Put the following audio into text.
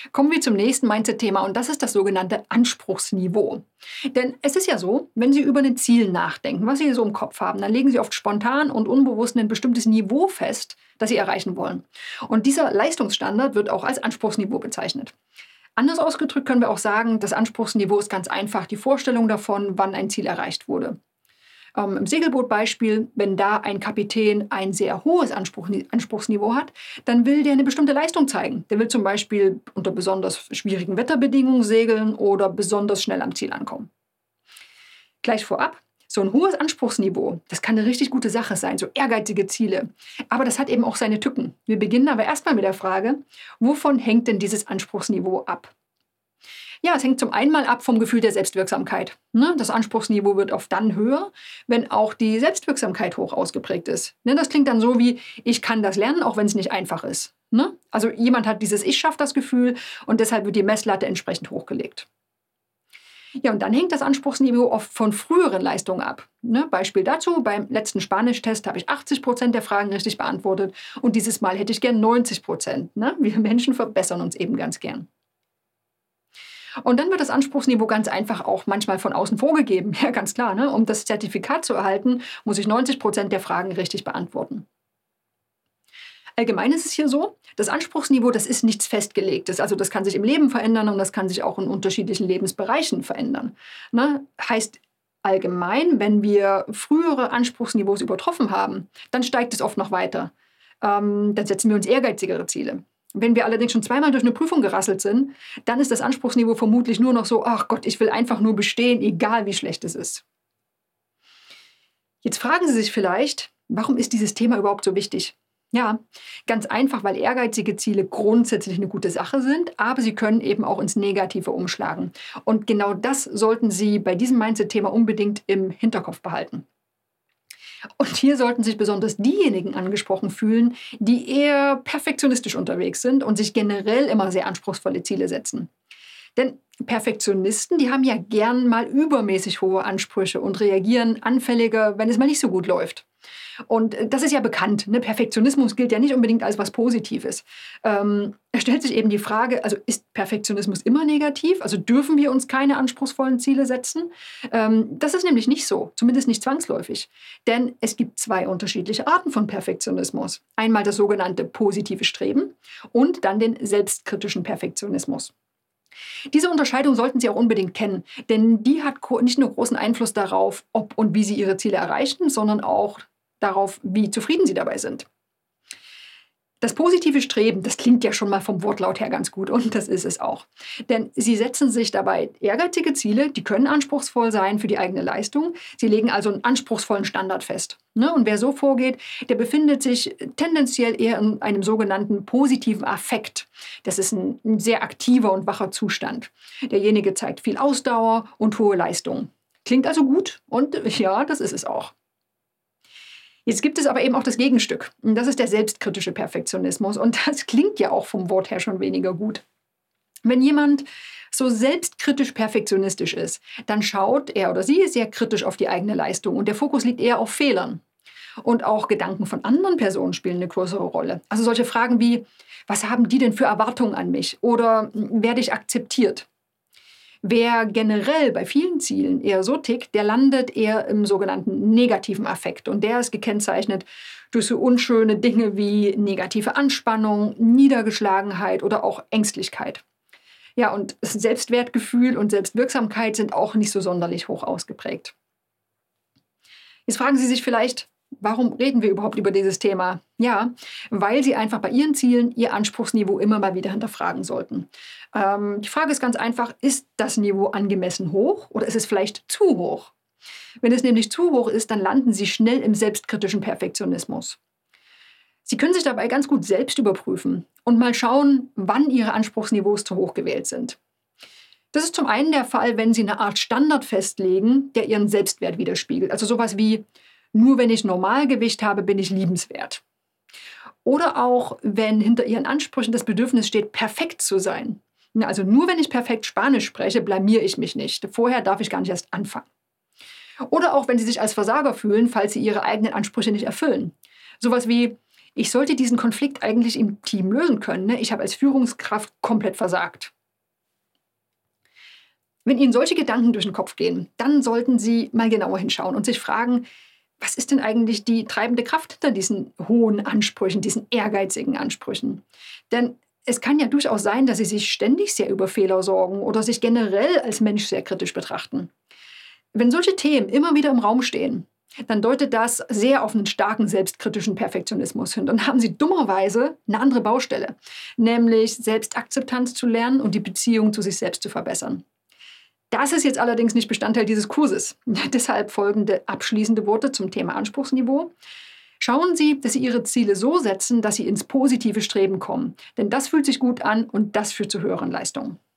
Kommen wir zum nächsten Mindset-Thema und das ist das sogenannte Anspruchsniveau. Denn es ist ja so, wenn Sie über ein Ziel nachdenken, was Sie so im Kopf haben, dann legen Sie oft spontan und unbewusst ein bestimmtes Niveau fest, das Sie erreichen wollen. Und dieser Leistungsstandard wird auch als Anspruchsniveau bezeichnet. Anders ausgedrückt können wir auch sagen, das Anspruchsniveau ist ganz einfach die Vorstellung davon, wann ein Ziel erreicht wurde. Im Segelbootbeispiel, wenn da ein Kapitän ein sehr hohes Anspruchsniveau hat, dann will der eine bestimmte Leistung zeigen. Der will zum Beispiel unter besonders schwierigen Wetterbedingungen segeln oder besonders schnell am Ziel ankommen. Gleich vorab, so ein hohes Anspruchsniveau, das kann eine richtig gute Sache sein, so ehrgeizige Ziele. Aber das hat eben auch seine Tücken. Wir beginnen aber erstmal mit der Frage, wovon hängt denn dieses Anspruchsniveau ab? Ja, es hängt zum einen mal ab vom Gefühl der Selbstwirksamkeit. Das Anspruchsniveau wird oft dann höher, wenn auch die Selbstwirksamkeit hoch ausgeprägt ist. Das klingt dann so wie, ich kann das lernen, auch wenn es nicht einfach ist. Also jemand hat dieses Ich schaffe das Gefühl und deshalb wird die Messlatte entsprechend hochgelegt. Ja, und dann hängt das Anspruchsniveau oft von früheren Leistungen ab. Beispiel dazu, beim letzten Spanisch-Test habe ich 80% der Fragen richtig beantwortet und dieses Mal hätte ich gern 90%. Wir Menschen verbessern uns eben ganz gern. Und dann wird das Anspruchsniveau ganz einfach auch manchmal von außen vorgegeben. Ja, ganz klar. Um das Zertifikat zu erhalten, muss ich 90% der Fragen richtig beantworten. Allgemein ist es hier so, das Anspruchsniveau, das ist nichts Festgelegtes. Also das kann sich im Leben verändern und das kann sich auch in unterschiedlichen Lebensbereichen verändern. Heißt allgemein, wenn wir frühere Anspruchsniveaus übertroffen haben, dann steigt es oft noch weiter. Dann setzen wir uns ehrgeizigere Ziele. Wenn wir allerdings schon zweimal durch eine Prüfung gerasselt sind, dann ist das Anspruchsniveau vermutlich nur noch so, ach Gott, ich will einfach nur bestehen, egal wie schlecht es ist. Jetzt fragen Sie sich vielleicht, warum ist dieses Thema überhaupt so wichtig? Ja, ganz einfach, weil ehrgeizige Ziele grundsätzlich eine gute Sache sind, aber sie können eben auch ins Negative umschlagen. Und genau das sollten Sie bei diesem Mindset-Thema unbedingt im Hinterkopf behalten. Und hier sollten sich besonders diejenigen angesprochen fühlen, die eher perfektionistisch unterwegs sind und sich generell immer sehr anspruchsvolle Ziele setzen. Denn Perfektionisten, die haben ja gern mal übermäßig hohe Ansprüche und reagieren anfälliger, wenn es mal nicht so gut läuft. Und das ist ja bekannt. Perfektionismus gilt ja nicht unbedingt als was Positives. Es stellt sich eben die Frage, also ist Perfektionismus immer negativ? Also dürfen wir uns keine anspruchsvollen Ziele setzen? Das ist nämlich nicht so, zumindest nicht zwangsläufig. Denn es gibt zwei unterschiedliche Arten von Perfektionismus. Einmal das sogenannte positive Streben und dann den selbstkritischen Perfektionismus. Diese Unterscheidung sollten Sie auch unbedingt kennen, denn die hat nicht nur großen Einfluss darauf, ob und wie Sie Ihre Ziele erreichen, sondern auch darauf, wie zufrieden Sie dabei sind. Das positive Streben, das klingt ja schon mal vom Wortlaut her ganz gut und das ist es auch. Denn Sie setzen sich dabei ehrgeizige Ziele, die können anspruchsvoll sein für die eigene Leistung. Sie legen also einen anspruchsvollen Standard fest. Und wer so vorgeht, der befindet sich tendenziell eher in einem sogenannten positiven Affekt. Das ist ein sehr aktiver und wacher Zustand. Derjenige zeigt viel Ausdauer und hohe Leistung. Klingt also gut und ja, das ist es auch. Jetzt gibt es aber eben auch das Gegenstück. Und das ist der selbstkritische Perfektionismus. Und das klingt ja auch vom Wort her schon weniger gut. Wenn jemand so selbstkritisch perfektionistisch ist, dann schaut er oder sie sehr kritisch auf die eigene Leistung. Und der Fokus liegt eher auf Fehlern. Und auch Gedanken von anderen Personen spielen eine größere Rolle. Also solche Fragen wie, was haben die denn für Erwartungen an mich? Oder werde ich akzeptiert? Wer generell bei vielen Zielen eher so tickt, der landet eher im sogenannten negativen Affekt. Und der ist gekennzeichnet durch so unschöne Dinge wie negative Anspannung, Niedergeschlagenheit oder auch Ängstlichkeit. Ja, und Selbstwertgefühl und Selbstwirksamkeit sind auch nicht so sonderlich hoch ausgeprägt. Jetzt fragen Sie sich vielleicht, warum reden wir überhaupt über dieses Thema? Ja, weil Sie einfach bei Ihren Zielen Ihr Anspruchsniveau immer mal wieder hinterfragen sollten. Die Frage ist ganz einfach, ist das Niveau angemessen hoch oder ist es vielleicht zu hoch? Wenn es nämlich zu hoch ist, dann landen Sie schnell im selbstkritischen Perfektionismus. Sie können sich dabei ganz gut selbst überprüfen und mal schauen, wann Ihre Anspruchsniveaus zu hoch gewählt sind. Das ist zum einen der Fall, wenn Sie eine Art Standard festlegen, der Ihren Selbstwert widerspiegelt. Also sowas wie, nur wenn ich Normalgewicht habe, bin ich liebenswert. Oder auch, wenn hinter Ihren Ansprüchen das Bedürfnis steht, perfekt zu sein. Also nur wenn ich perfekt Spanisch spreche, blamiere ich mich nicht. Vorher darf ich gar nicht erst anfangen. Oder auch, wenn Sie sich als Versager fühlen, falls Sie Ihre eigenen Ansprüche nicht erfüllen. Sowas wie, Ich sollte diesen Konflikt eigentlich im Team lösen können. Ne? Ich habe als Führungskraft komplett versagt. Wenn Ihnen solche Gedanken durch den Kopf gehen, dann sollten Sie mal genauer hinschauen und sich fragen, was ist denn eigentlich die treibende Kraft hinter diesen hohen Ansprüchen, diesen ehrgeizigen Ansprüchen? Denn es kann ja durchaus sein, dass Sie sich ständig sehr über Fehler sorgen oder sich generell als Mensch sehr kritisch betrachten. Wenn solche Themen immer wieder im Raum stehen, dann deutet das sehr auf einen starken selbstkritischen Perfektionismus hin. Dann haben Sie dummerweise eine andere Baustelle, nämlich Selbstakzeptanz zu lernen und die Beziehung zu sich selbst zu verbessern. Das ist jetzt allerdings nicht Bestandteil dieses Kurses. Deshalb folgende abschließende Worte zum Thema Anspruchsniveau. Schauen Sie, dass Sie Ihre Ziele so setzen, dass Sie ins positive Streben kommen. Denn das fühlt sich gut an und das führt zu höheren Leistungen.